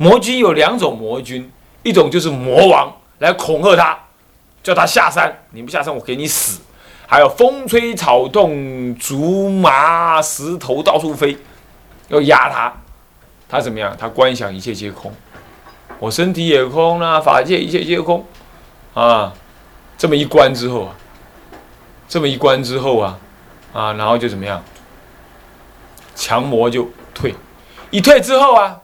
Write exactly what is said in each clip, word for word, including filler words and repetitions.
魔君有两种魔君，一种就是魔王来恐吓他，叫他下山，你不下山我给你死。还有风吹草动，竹麻石头到处飞，要压他。他怎么样？他观想一切皆空，我身体也空啦、啊，法界一切皆空啊。这么一关之后啊，这么一关之后啊，啊，然后就怎么样？强魔就退，一退之后啊，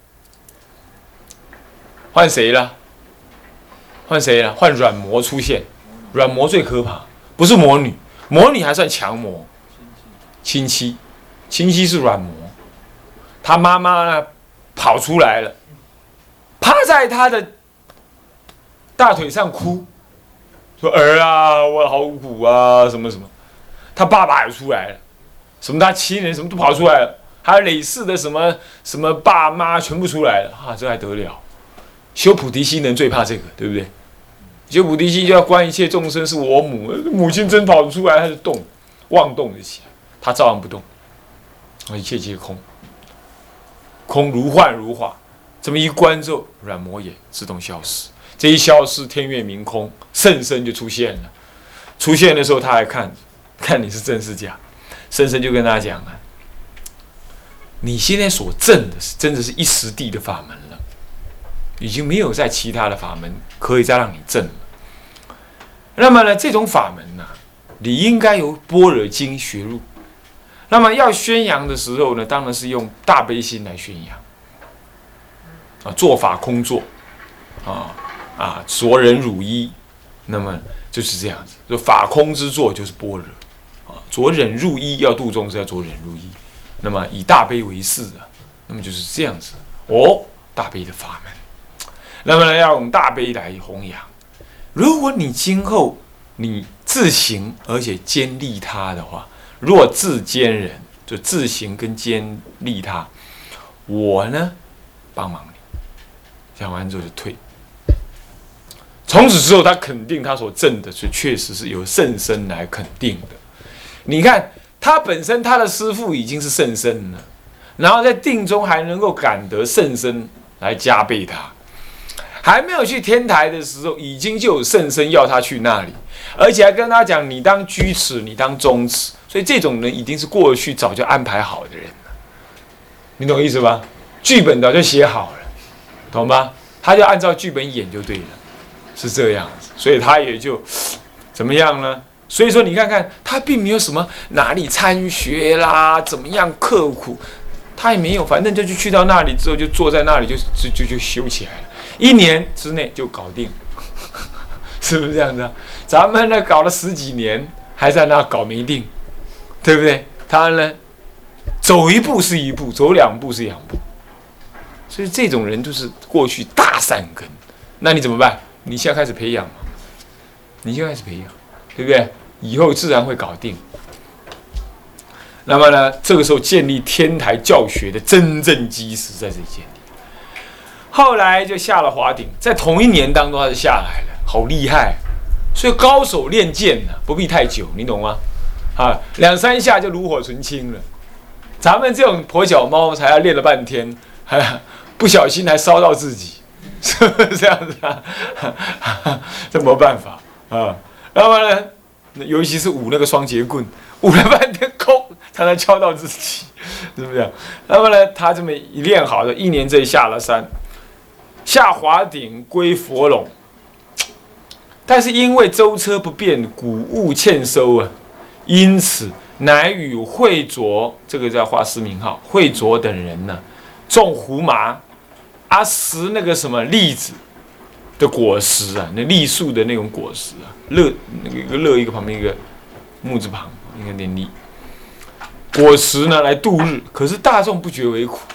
换谁了？换谁了？换软魔出现。软魔最可怕，不是魔女，魔女还算强魔。亲戚，亲戚是软魔。他妈妈呢，跑出来了，趴在他的大腿上哭，说：“儿啊，我好苦啊，什么什么。”他爸爸也出来了，什么他亲人什么都跑出来了，还有累世的什么什么爸妈全部出来了啊，这还得了？修菩提心人最怕这个，对不对？修菩提心就要观一切众生是我母，母亲真跑出来，他就动，妄动的起来，他照样不动，一切皆空，空如幻如化。这么一关之后，软魔也自动消失。这一消失，天月明空，圣身就出现了。出现的时候，他还看看你是真是假，圣身就跟他讲啊，你现在所证的是真的是一时地的法门了，已经没有在其他的法门可以再让你证了。那么呢，这种法门呢、啊，你应该由般若经学入。那么要宣扬的时候呢，当然是用大悲心来宣扬。啊，做法空做，啊啊，着人汝衣，那么就是这样子。就法空之作就是般若，啊，着忍入衣要度众生要着忍入衣，那么以大悲为事啊，那么就是这样子。哦，大悲的法门，那么呢要用大悲来弘扬。如果你今后你自行而且兼利他的话，若自兼人，就自行跟兼利他，我呢帮忙你。讲完之后就退。从此之后，他肯定他所证的，是确实是由圣身来肯定的。你看，他本身他的师父已经是圣身了，然后在定中还能够感得圣身来加倍他。还没有去天台的时候，已经就有圣身要他去那里，而且还跟他讲：“你当居士，你当宗持。”所以这种人一定是过去早就安排好的人了。你懂意思吧？剧本早就写好了。懂吗？他就按照剧本演就对了，是这样子，所以他也就怎么样呢？所以说你看看，他并没有什么哪里参学啦，怎么样刻苦，他也没有，反正就去到那里之后，就坐在那里就就就就修起来了，一年之内就搞定，是不是这样子啊？咱们呢搞了十几年，还在那搞没定，对不对？他呢，走一步是一步，走两步是两步。所以这种人就是过去大善根，那你怎么办？你现在开始培养嘛，你现在开始培养，对不对？以后自然会搞定。那么呢，这个时候建立天台教学的真正基石在这里建立。后来就下了华顶，在同一年当中他就下来了，好厉害！所以高手练剑呢、啊，不必太久，你懂吗？啊，两三下就炉火纯青了。咱们这种跛脚猫才要练了半天。还不小心还烧到自己，是不是这样子啊？这没办法啊。那么呢，尤其是舞那个双节棍，舞了半天空，才能敲到自己，是不是这样？那么呢，他这么一练好了，一年这下了山，下华顶归佛垄。但是因为舟车不便，谷物欠收啊，因此乃与慧卓，这个叫画师名号，慧卓等人呢。种胡麻，啊食那个什么栗子的果实啊，那栗树的那种果实啊，乐那个一个乐一个旁边一个木字旁，一个念栗，果实呢来度日。可是大众不觉为苦，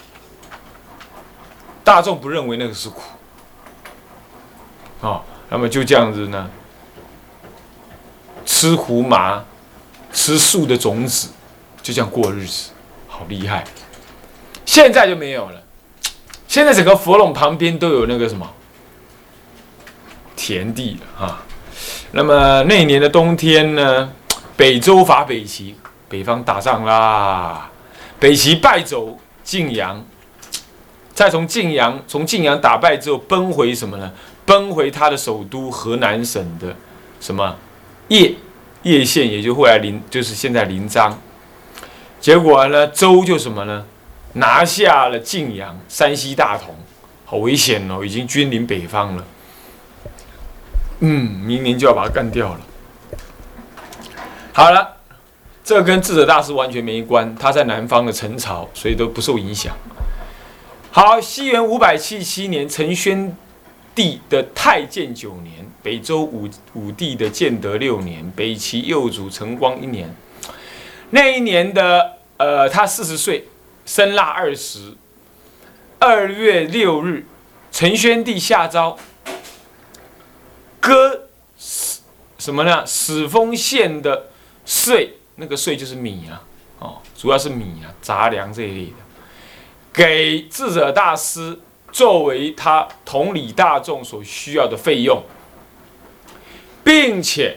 大众不认为那个是苦，啊、哦，那么就这样子呢，吃胡麻，吃树的种子，就这样过日子，好厉害。现在就没有了，现在整个佛垄旁边都有那个什么田地了啊。那么那年的冬天呢，北周伐北齐，北方打仗啦，北齐败走晋阳， 再从晋阳从晋阳打败之后，奔回什么呢？奔回他的首都河南省的什么叶叶县，也就后来临就是现在临漳。结果呢，周就什么呢？拿下了晋阳、山西大同，好危险哦，已经君临北方了。嗯，明年就要把他干掉了。好了，这跟智者大师完全没关，他在南方的陈朝，所以都不受影响。好，西元五百七十七年，陈宣帝的太建九年，北周武武帝的建德六年，北齐右主陈光一年。那一年的呃，他四十岁，生腊二十，二月六日，陈宣帝下诏，割什么呢？始丰县的税，那个税就是米啊，哦，主要是米啊、杂粮这一类的，给智者大师作为他统理大众所需要的费用，并且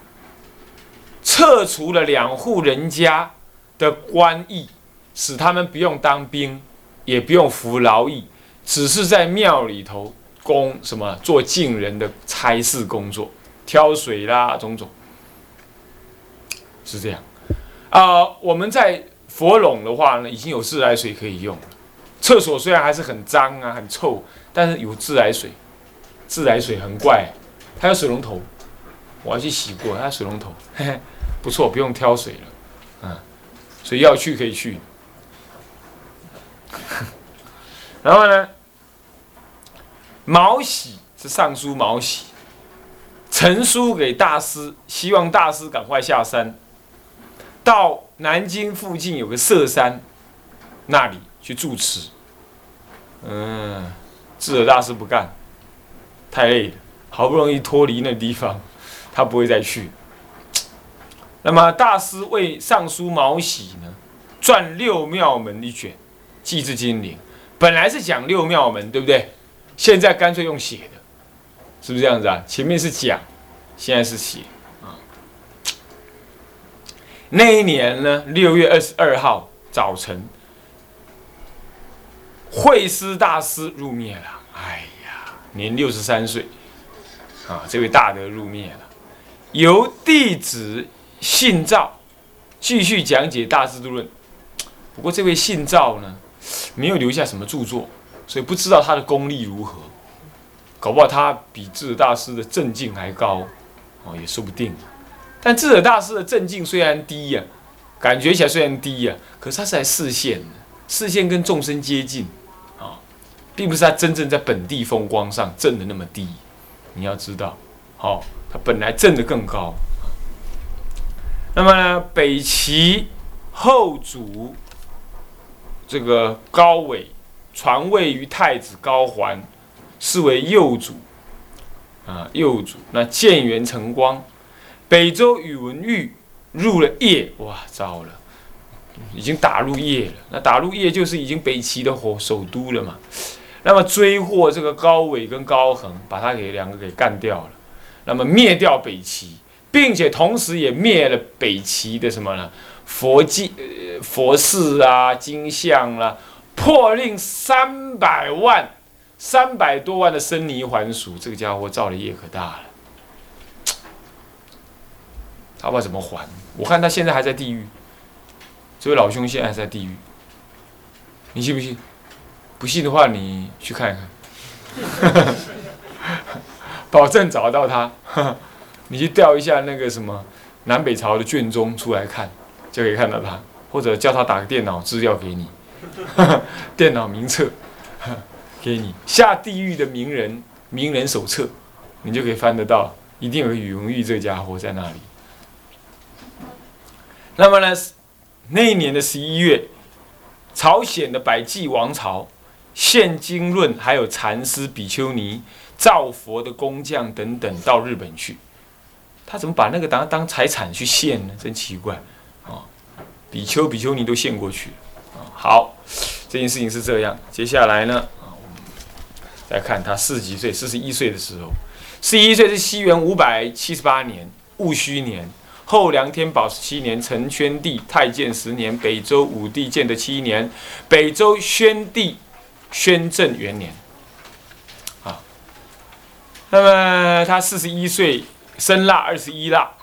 撤除了两户人家的官役，使他们不用当兵，也不用服劳役，只是在庙里头供什么做近人的差事工作，挑水啦，种种，是这样。啊、呃，我们在佛垄的话呢，已经有自来水可以用了。厕所虽然还是很脏啊，很臭，但是有自来水。自来水很怪，它有水龙头，我要去洗过，它有水龙头，嘿嘿，不错，不用挑水了，嗯，所以要去可以去。然后呢，毛喜是上书毛喜，呈书给大师，希望大师赶快下山，到南京附近有个舍山，那里去住持。嗯，智者大师不干，太累了，好不容易脱离那地方，他不会再去。那么大师为上书毛喜呢，撰六妙门一卷，寄至金陵。本来是讲六妙门，对不对？现在干脆用写的，是不是这样子啊？前面是讲，现在是写啊。那一年呢，六月二十二号早晨，慧思大师入灭了。哎呀，年六十三岁啊，这位大德入灭了。由弟子信照继续讲解《大智度论》，不过这位信照呢，没有留下什么著作，所以不知道他的功力如何。搞不好他比智者大师的正境还高，哦，也说不定。但智者大师的正境虽然低呀、啊，感觉起来虽然低呀、啊，可是他是在视线，视线跟众生接近啊、哦，并不是他真正在本地风光上正的那么低。你要知道，好、哦，他本来正的更高。那么呢，北齐后主这个高纬传位于太子高环，是为右主啊，右主。那建元成光，北周宇文毓入了邺，哇，糟了，已经打入邺了。那打入邺就是已经北齐的首都了嘛。那么追获这个高纬跟高恒，把他给两个给干掉了。那么灭掉北齐，并且同时也灭了北齐的什么呢？佛迹、呃、佛寺啊、金像啦、啊，破令三百万、三百多万的僧尼还俗。这个家伙造的业可大了，他不知道怎么还。我看他现在还在地狱，这位老兄现在还在地狱，你信不信？不信的话，你去看看，保证找到他。你去调一下那个什么南北朝的卷宗出来看，就可以看到他，或者叫他打个电脑资料给你，电脑名册给你，下地狱的名人名人手册，你就可以翻得到，一定有个宇文毓这家伙在那里。那么呢，那一年的十一月，朝鲜的百济王朝献经论，还有禅师比丘尼、造佛的工匠等等到日本去。他怎么把那个当当财产去献呢？真奇怪啊、哦！比丘、比丘尼都献过去啊、哦。好，这件事情是这样。接下来呢，啊，我们再看他四十几岁，四十一岁的时候，四十一岁是西元五百七十八年戊戌年，后梁天宝十七年，陈宣帝太建十年，北周武帝建德七年，北周宣帝宣政元年。啊，那么他四十一岁，生腊二十一腊。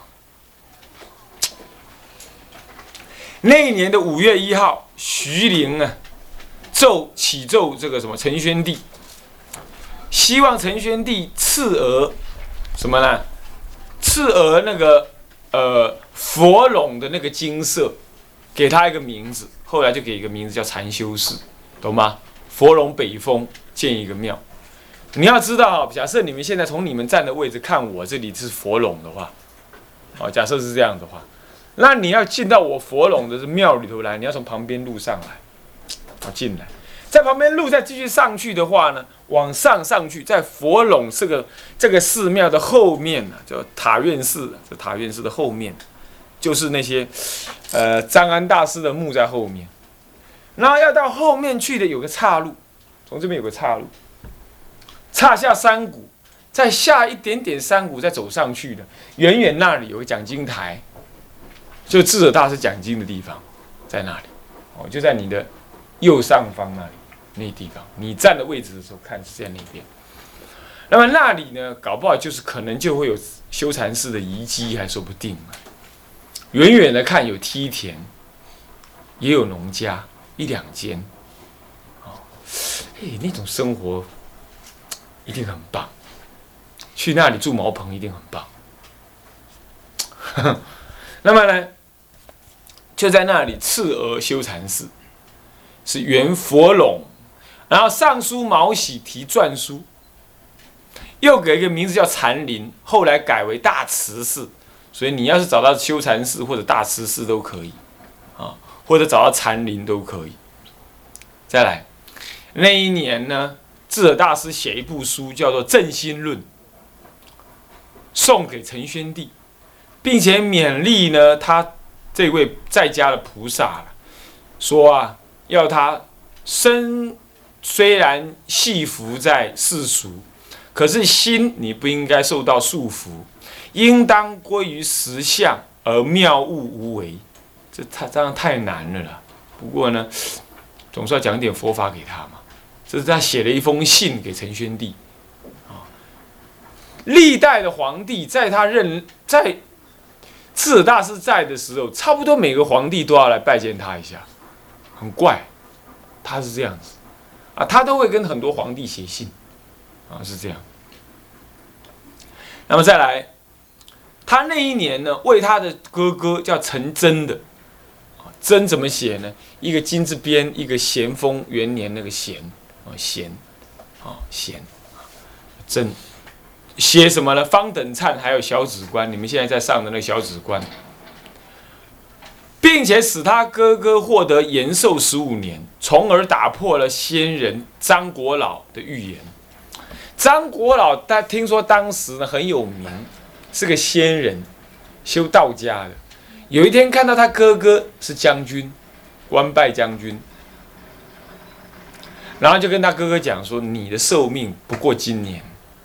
那一年的五月一号，徐陵啊，奏启奏这个什么陈宣帝，希望陈宣帝赐额什么呢？赐额那个呃佛拢的那个金色，给他一个名字，后来就给一个名字叫禅修寺，懂吗？佛拢北峰建一个庙。你要知道，假设你们现在从你们站的位置看我这里是佛拢的话，哦，假设是这样的话。那你要进到我佛拢的庙里头来，你要从旁边路上来，好进来，在旁边路再继续上去的话呢，往上上去，在佛拢这个这个寺庙的后面呢、啊，叫塔院寺，这塔院寺的后面，就是那些呃张安大师的墓在后面，然后要到后面去的有个岔路，从这边有个岔路，岔下山谷，再下一点点山谷再走上去的，远远那里有个讲经台。就智者大师讲经的地方，在那里，哦，就在你的右上方那里，那地方，你站的位置的时候看是在那边。那么那里呢，搞不好就是可能就会有修禅寺的遗迹，还说不定啊。远远的看有梯田，也有农家一两间，哦，嘿，那种生活一定很棒。去那里住茅棚一定很棒。呵呵，那么呢？就在那里赐额修禅寺，是原佛拢，然后上书毛喜题篆书，又给一个名字叫禅林，后来改为大慈寺，所以你要是找到修禅寺或者大慈寺都可以，啊，或者找到禅林都可以。再来，那一年呢，智者大师写一部书叫做《正心论》，送给陈宣帝，并且勉励呢他。这位在家的菩萨了，说啊，要他身虽然系服在世俗，可是心你不应该受到束缚，应当归于实相而妙悟无为。这他当然太难了啦。不过呢，总是要讲一点佛法给他嘛。这是他写了一封信给陈宣帝啊。历代的皇帝在他任在。智者大师在的时候，差不多每个皇帝都要来拜见他一下，很怪，他是这样子，啊，他都会跟很多皇帝写信，啊，是这样。那么再来，他那一年呢，为他的哥哥叫陈真的，真怎么写呢？一个金字边，一个咸丰元年那个咸，啊咸，啊咸，真。写什么呢？方等忏还有小指关，你们现在在上的那个小指关，并且使他哥哥获得延寿十五年，从而打破了先人张国老的预言。张国老，他听说当时呢很有名，是个仙人，修道家的。有一天看到他哥哥是将军，官拜将军，然后就跟他哥哥讲说：“你的寿命不过今年。”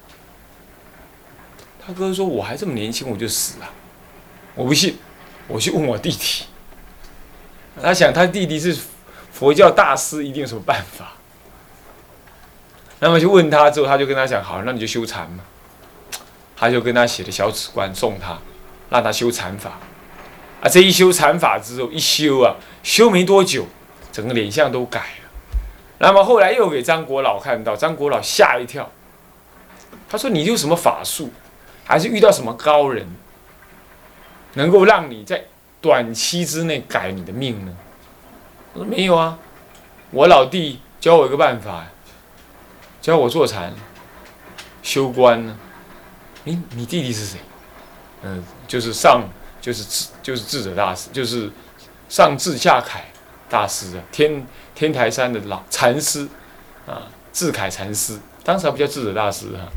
他哥说：“我还这么年轻，我就死了。”我不信，我去问我弟弟。他想他弟弟是佛教大师，一定有什么办法。那么就问他之后，他就跟他讲：“好，那你就修禅嘛。”他就跟他写的小指关送他，让他修禅法。啊，这一修禅法之后，一修啊，修没多久，整个脸相都改了。那么后来又给张国老看到，张国老吓一跳。他说：“你有什么法术？还是遇到什么高人，能够让你在短期之内改你的命呢？”我说：“没有啊，我老弟教我一个办法，教我坐禅、修观呢。你你弟弟是谁？嗯、呃，就是上就是智就是智者大师，就是上智下凯大师啊，天天台山的老禅师啊，智凯禅师，当时还不叫智者大师啊。”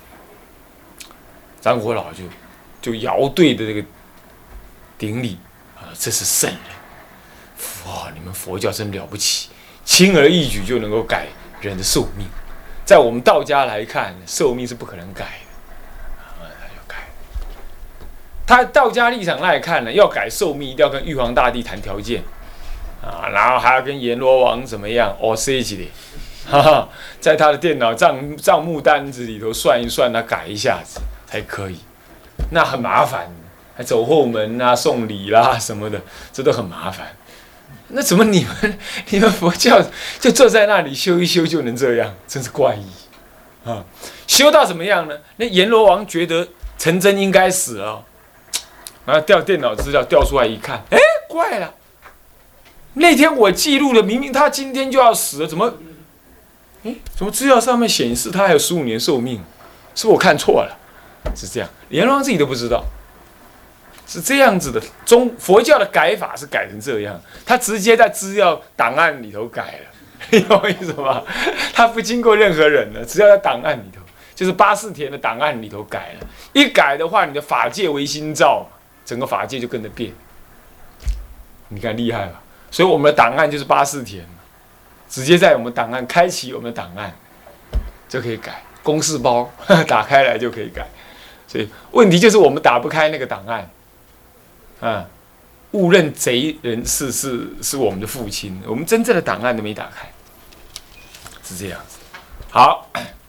张国老就就摇对的这个顶礼啊，这是圣人，哇！你们佛教真了不起，轻而易举就能够改人的寿命。在我们道家来看，寿命是不可能改的，啊，他要改。他道家立场来看呢，要改寿命，一定要跟玉皇大帝谈条件，啊，然后还要跟阎罗王怎么样，哦，塞起来， 哈哈，在他的电脑账账目单子里头算一算，他改一下子才可以，那很麻烦，还走后门啊、送礼啦、什么的，这都很麻烦。那怎么你们你们佛教就坐在那里修一修就能这样？真是怪异啊！修到怎么样呢？那阎罗王觉得陈真应该死了，然后调电脑资料调出来一看，哎，怪了，那天我记录的明明他今天就要死了，怎么？哎，怎么资料上面显示他还有十五年寿命？是不是我看错了？是这样，阎罗王自己都不知道。是这样子的，中佛教的改法是改成这样，他直接在资料档案里头改了，你懂我意思吗？他不经过任何人了，只要在档案里头，就是八四田的档案里头改了。一改的话，你的法界为心造嘛，整个法界就跟着变。你看厉害吧？所以我们的档案就是八四田，直接在我们档案开启我们的档案就可以改，公式包打开来就可以改。所以问题就是我们打不开那个档案。啊，误认贼人是是是我们的父亲，我们真正的档案都没打开，是这样子。好，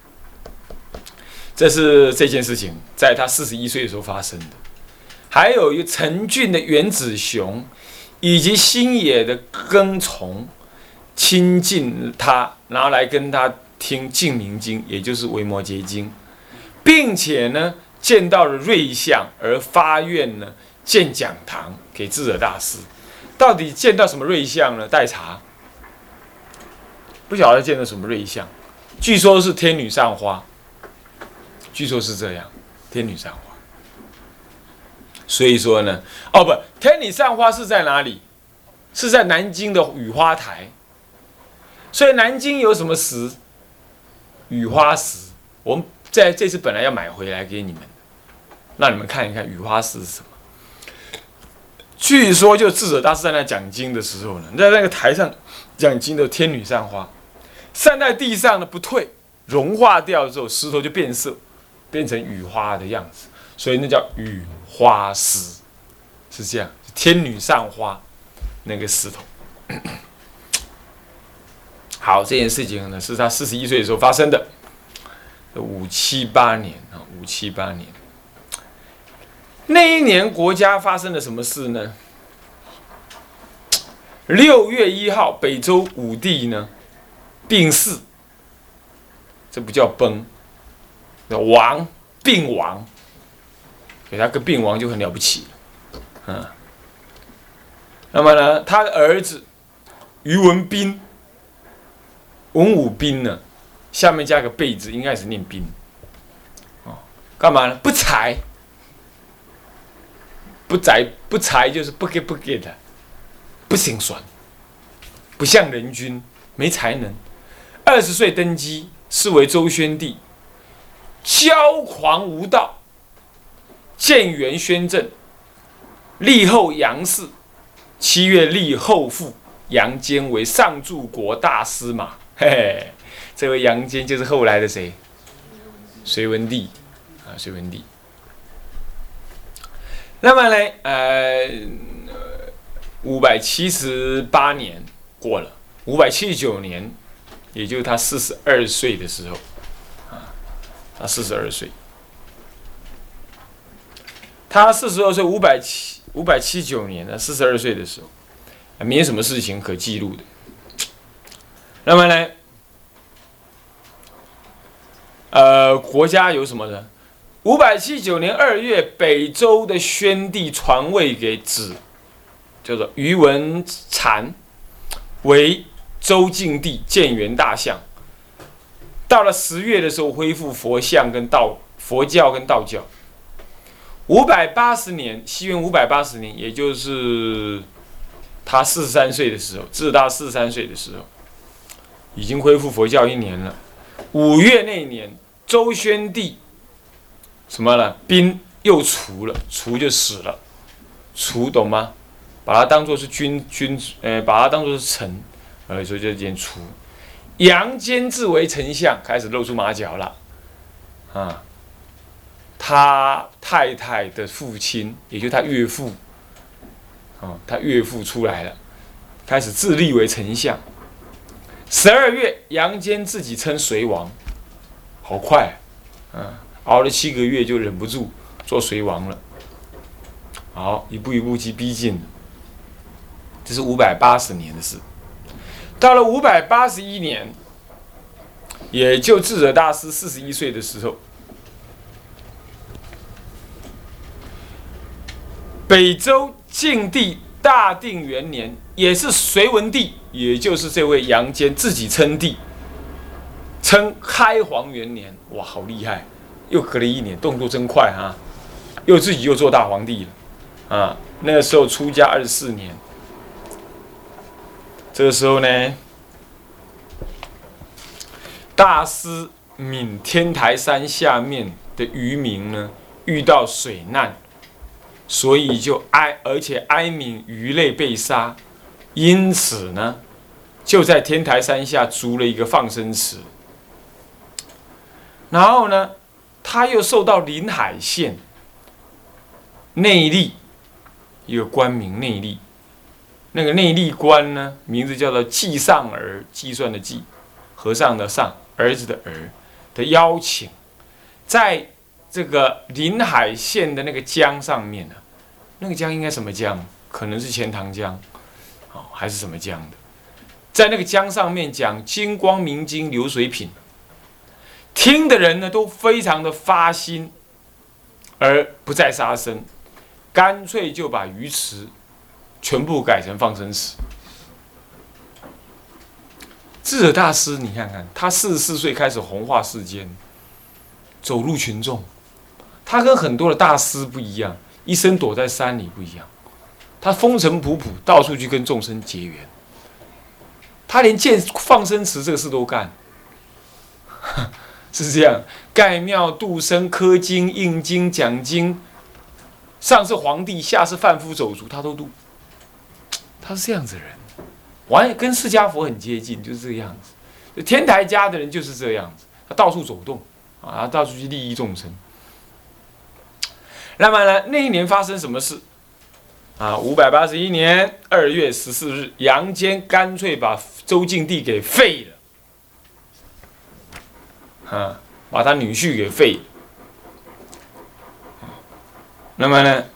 这是这件事情在他四十一岁的时候发生的。还有一个陈俊的原子熊，以及星野的耕虫亲近他，拿来跟他听净明经，也就是维摩诘经，并且呢见到了瑞相而发愿呢。建讲堂给智者大师，到底见到什么瑞相呢？待查，不晓得见到什么瑞相，据说是天女散花，据说是这样，天女散花。所以说呢，哦不，天女散花是在哪里？是在南京的雨花台。所以南京有什么石？雨花石。我们在这次本来要买回来给你们，让你们看一看雨花石是什么。据说，就智者大师在那讲经的时候呢，在那个台上讲经的天女散花，散在地上呢不退，融化掉之后，石头就变色，变成雨花的样子，所以那叫雨花石，是这样。天女散花那个石头。好，这件事情呢是他四十一岁的时候发生的，五七八年啊，五七八年。那一年国家发生了什么事呢？六月一号，北周武帝呢病逝，这不叫崩，叫亡，病亡。所以他跟病亡就很了不起了，嗯。那么呢，他的儿子于文斌，文武斌呢，下面加个备字，应该是念斌。哦，干嘛呢？不才。不才不才就是不给不给的，不心酸，不像人君，没才能。二十岁登基，是为周宣帝，骄狂无道，建元宣政，立后杨氏，七月立后父杨坚为上柱国大司马。嘿嘿，这位杨坚就是后来的谁？隋文帝啊，隋文帝。那么呢，呃，五百七十八年过了，五百七十九年，也就是他四十二岁的时候，啊，他四十二岁，他四十二岁，五百七五百七十九年呢，四十二岁的时候，没什么事情可记录的。那么呢，呃，国家有什么呢？五百七十九年二月，北周的宣帝传位给子，叫做于文阐，为周敬帝，建元大相。到了十月的时候，恢复佛像跟道佛教跟道教。五百八十年，西元五百八十年，也就是他四十三岁的时候，至他四十三岁的时候，已经恢复佛教一年了。五月那一年，周宣帝。什么呢？兵又除了，除就死了，除懂吗？把它当作是君君，呃，把它当作是臣，呃，所以就念除。杨坚自为丞相，开始露出马脚了，啊，他太太的父亲，也就是他岳父，啊，他岳父出来了，开始自立为丞相。 十二月，杨坚自己称隋王，好快，嗯，熬了七个月就忍不住做隋王了。好，一步一步去逼近，这是五百八十年的事。到了五百八十一年，也就智者大师四十一岁的时候，北周晋帝大定元年，也是隋文帝，也就是这位杨坚自己称帝，称开皇元年。哇，好厉害！又隔了一年，动作真快哈、啊！又自己又做大皇帝了啊！那个时候出家二十四年，这个时候呢，大师闽天台山下面的渔民呢，遇到水难。所以就哀，而且哀悯鱼类被杀，因此呢，就在天台山下筑了一个放生池。然后呢，他又受到临海县内力一个官名内力，那个内力官呢，名字叫做计上儿，计算的计，和尚的尚，儿子的儿的邀请，在这个临海县的那个江上面呢、啊，那个江应该什么江？可能是钱塘江，哦，还是什么江的？在那个江上面讲金光明经流水品，听的人呢都非常的发心，而不再杀生，干脆就把鱼池全部改成放生池。智者大师，你看看，他四十四岁开始弘化世间，走入群众。他跟很多的大师不一样，一生躲在山里不一样。他风尘仆仆，到处去跟众生结缘。他连建放生池这个事都干，是这样。盖庙、度生、刻经、印经、讲经，上是皇帝，下是贩夫走卒，他都度。他是这样子的人，完跟释迦佛很接近，就是这个样子。天台家的人就是这样子，他到处走动啊，他到处去利益众生。那么呢，那一年发生什么事？啊，五百八十一年二月十四日，杨坚干脆把周敬帝给废了，啊，把他女婿给废了。那么呢，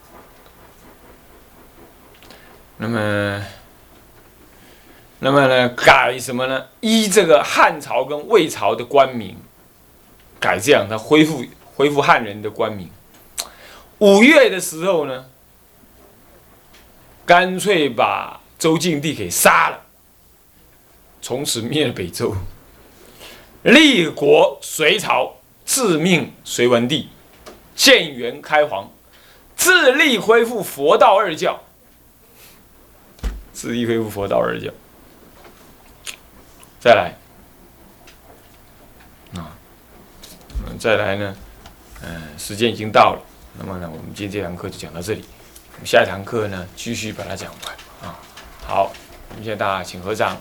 那么，那么呢，改什么呢？依这个汉朝跟魏朝的官名，改这样，他恢复恢复汉人的官名。五月的时候呢，干脆把周敬帝给杀了，从此灭了北周，立国隋朝，自命隋文帝，建元开皇，自立恢复佛道二教，自立恢复佛道二教。再来，啊，再来呢，嗯，时间已经到了。那么呢，我们今天这堂课就讲到这里。我们下一堂课呢，继续把它讲完啊。好，我们现在大家请合掌。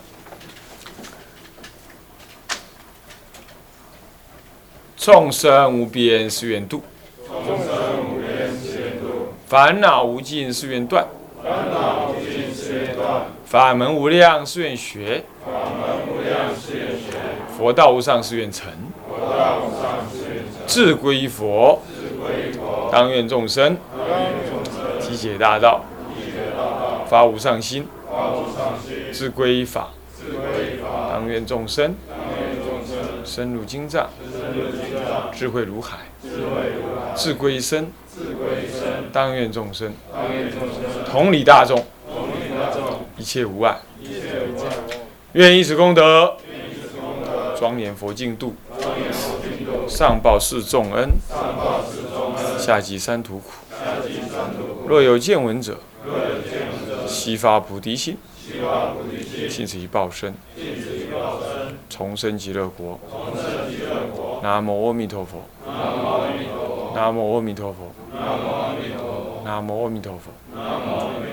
众生无边誓愿度， 众生无边誓愿度； 烦恼无尽誓愿断， 烦恼无尽誓愿断； 法门无量誓愿学， 法门无量誓愿学； 佛道无上誓愿成， 佛道无上誓愿成。 志归佛， 志归佛， 当愿众生当愿众生体解大道， 体解大道， 发无上心， 发无上心； 志归法， 志归法， 当愿众生当愿众生深入经藏， 深入经藏， 智慧如海， 智慧如海； 志归身， 志归身， 当愿众生当愿众生同理大众， 同理大众， 一切无碍。 一切无碍。 愿以此功德， 愿以此功德， 庄严佛净土， 庄严佛净土， 上报四重恩， 上报四重恩， 下济三途苦。 下济三途苦。 若有见闻者， 若有见闻者， 悉发菩提心， 悉发菩提心， 信此一报身， 尽此一报身， 重生极乐国。 重生极乐国。 南无阿弥陀佛。 南无阿弥陀佛。 南无阿弥陀佛。 南无阿弥陀佛。 南无阿弥陀佛。 南无阿弥陀佛。